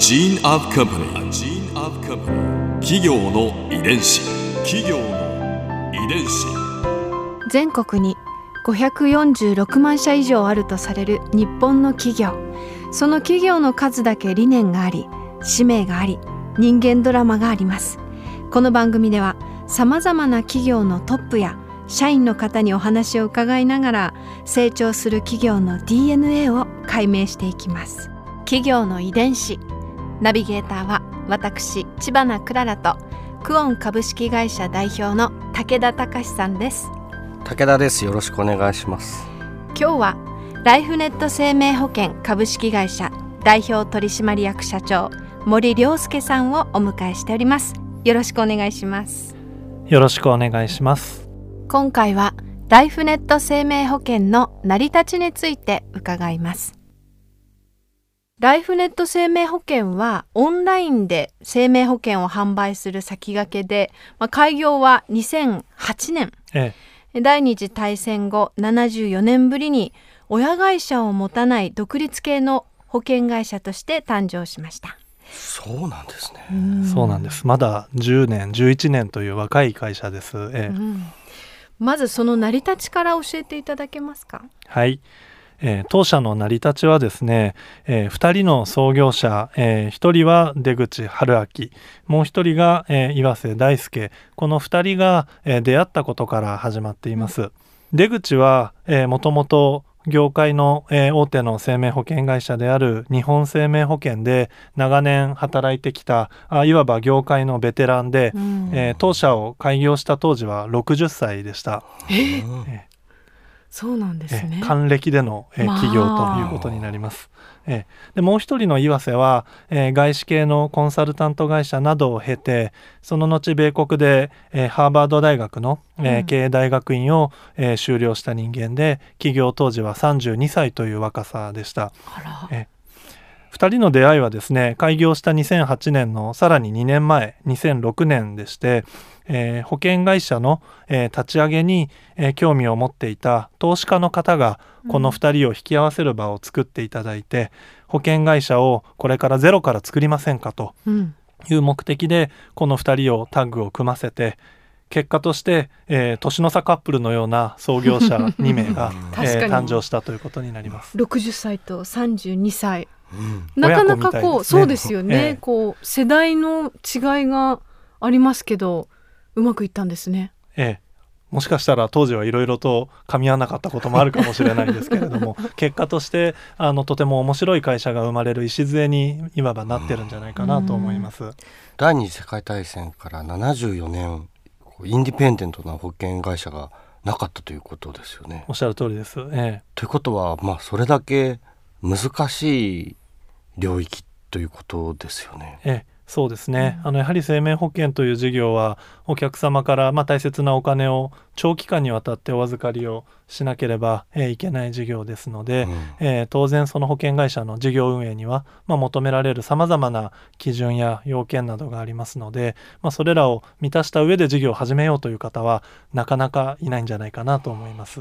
gene of company. A gene of company. 企業の遺伝子。企業の遺伝子。 全国に546万社以上あるとされる日本の企業。その企業の数だけ理念があり、使命があり、人間ドラマがあります。この番組ではさまざまな企業のトップや社員の方にお話を伺いながら、成長する企業の DNA を解明していきます。企業の遺伝子。ナビゲーターは私、知花くららとクオン株式会社代表の武田隆さんです。 武田です。よろしくお願いします。 今日はライフネット生命保険株式会社代表取締役社長森良介さんをお迎えしております。よろしくお願いします。 よろしくお願いします。 今回はライフネット生命保険の成り立ちについて伺います。ライフネット生命保険はオンラインで生命保険を販売する先駆けで、開業は2008年、第二次大戦後74年ぶりに親会社を持たない独立系の保険会社として誕生しました。 そうなんですね。 そうなんです。まだ10年11年という若い会社です。 まずその成り立ちから教えていただけますか。 はい。当社の成り立ちはですね、2人の創業者、1人は出口春明、もう1人が、岩瀬大輔、この2人が、出会ったことから始まっています。出口はもともと業界の、大手の生命保険会社である日本生命保険で長年働いてきたいわば業界のベテランで、当社を開業した当時は60歳でした。 そうなんですね。 還暦での、企業ということになります。でもう一人の岩瀬は、外資系のコンサルタント会社などを経て、その後米国で、ハーバード大学の、経営大学院を、修了した人間で、起業当時は32歳という若さでした。2人の出会いはですね、開業した2008年のさらに2年前2006年でして、保険会社の、立ち上げに、興味を持っていた投資家の方がこの2人を引き合わせる場を作っていただいて、保険会社をこれからゼロから作りませんかという目的でこの2人をタッグを組ませて、結果として、年の差カップルのような創業者2名が、誕生したということになります。 60歳と32歳、なかなかそうですよね、世代の違いがありますけどうまくいったんですね。 もしかしたら当時はいろいろと噛み合わなかったこともあるかもしれないですけれども結果としてとても面白い会社が生まれる礎にいわばなってるんじゃないかなと思います。 第二次世界大戦から74年インディペンデントな保険会社がなかったということですよね。 おっしゃる通りです。ということは、それだけ難しい領域ということですよね。 そうですね。やはり生命保険という事業はお客様から、大切なお金を長期間にわたってお預かりをしなければ、いけない事業ですので、当然その保険会社の事業運営には、求められるさまざまな基準や要件などがありますので、それらを満たした上で事業を始めようという方はなかなかいないんじゃないかなと思います。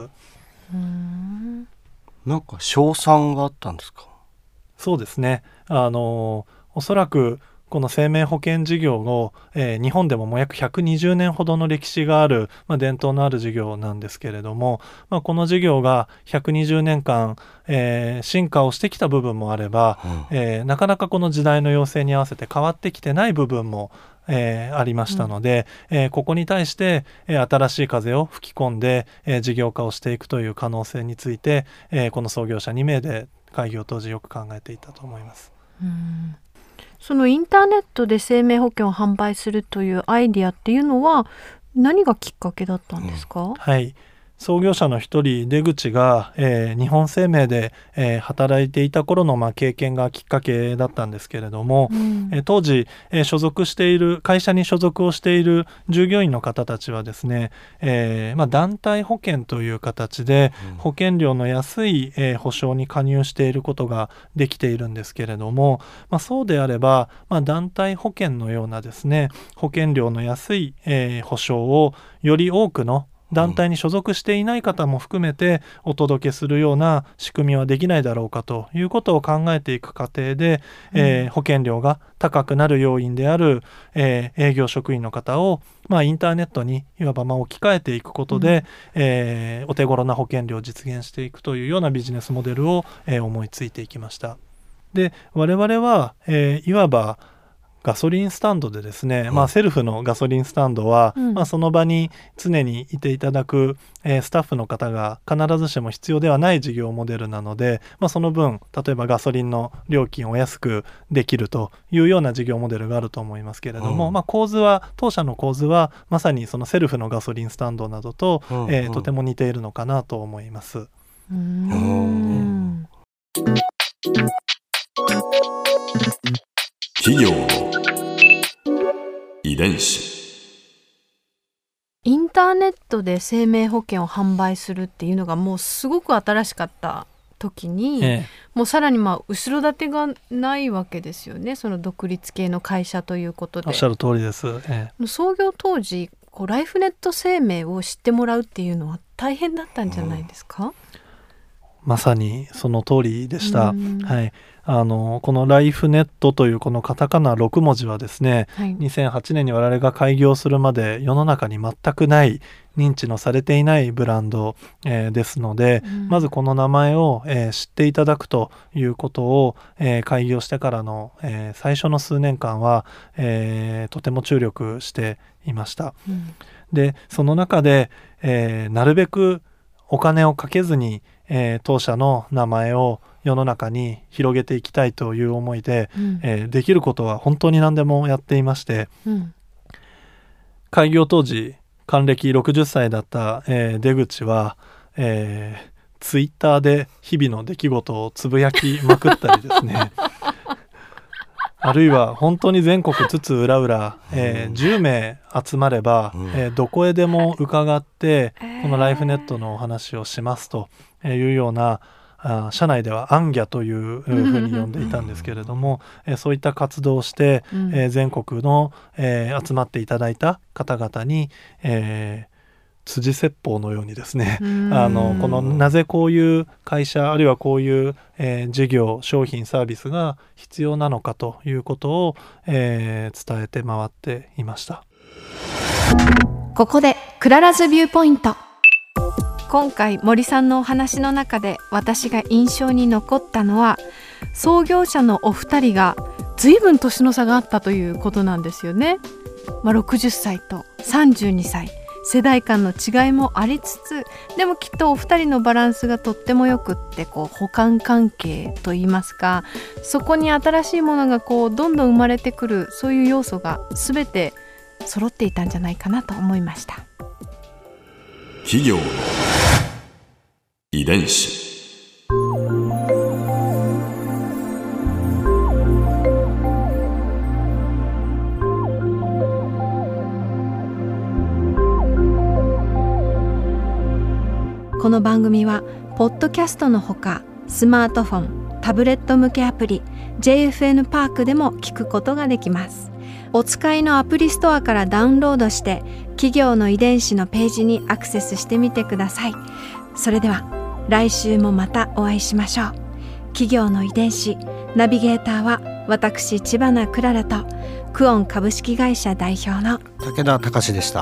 なんか賞賛があったんですか。 そうですね。おそらくこの生命保険事業を、日本でももう約120年ほどの歴史がある、伝統のある事業なんですけれども、この事業が120年間、進化をしてきた部分もあれば、なかなかこの時代の要請に合わせて変わってきてない部分も、ありましたので、ここに対して、新しい風を吹き込んで、事業化をしていくという可能性について、この創業者2名で開業当時よく考えていたと思います。 そのインターネットで生命保険を販売するというアイディアっていうのは何がきっかけだったんですか。 創業者の一人出口が、日本生命で、働いていた頃の、経験がきっかけだったんですけれども、当時、所属している会社に所属をしている従業員の方たちはですね、団体保険という形で保険料の安い、保証に加入していることができているんですけれども、そうであれば、団体保険のようなですね保険料の安い、保証をより多くの団体に所属していない方も含めてお届けするような仕組みはできないだろうかということを考えていく過程で、保険料が高くなる要因である、営業職員の方を、インターネットにいわば置き換えていくことで、お手頃な保険料を実現していくというようなビジネスモデルを、思いついていきました。で、我々は、いわばガソリンスタンドでですね、セルフのガソリンスタンドは、その場に常にいていただく、スタッフの方が必ずしも必要ではない事業モデルなので、その分例えばガソリンの料金を安くできるというような事業モデルがあると思いますけれども、当社の構図はまさにそのセルフのガソリンスタンドなどと、とても似ているのかなと思います。 企業の遺伝子。 インターネットで生命保険を販売するっていうのがもうすごく新しかった時に、もうさらに後ろ盾がないわけですよね。その独立系の会社ということで。 おっしゃる通りです。 創業当時ライフネット生命を知ってもらうっていうのは大変だったんじゃないですか？ まさにその通りでした。このライフネットというこのカタカナ6文字はですね、2008年に我々が開業するまで世の中に全くない認知のされていないブランド、ですので、まずこの名前を、知っていただくということを、開業してからの、最初の数年間は、とても注力していました。で、その中で、なるべくお金をかけずに、当社の名前を世の中に広げていきたいという思いで、できることは本当に何でもやっていまして、開業当時還暦60歳だった、出口は、ツイッターで日々の出来事をつぶやきまくったりですねあるいは本当に全国津々浦々、10名集まれば、どこへでも伺ってこのライフネットのお話をしますというような、社内ではアンギャというふうに呼んでいたんですけれども、そういった活動をして、全国の、集まっていただいた方々に、辻説法のようにですね、なぜこういう会社あるいはこういう、事業商品サービスが必要なのかということを、伝えて回っていました。 ここでクララズビューポイント。今回森さんのお話の中で私が印象に残ったのは、創業者のお二人が随分年の差があったということなんですよね。60歳と32歳、世代間の違いもありつつ、でもきっとお二人のバランスがとってもよくって、補完関係といいますか、そこに新しいものがどんどん生まれてくる、そういう要素が全て揃っていたんじゃないかなと思いました。 企業の遺伝子。 この番組はポッドキャストのほか、スマートフォン、タブレット向けアプリ JFN パークでも聞くことができます。お使いのアプリストアからダウンロードして企業の遺伝子のページにアクセスしてみてください。それでは来週もまたお会いしましょう。企業の遺伝子、ナビゲーターは私知花くららとクオン株式会社代表の武田隆でした。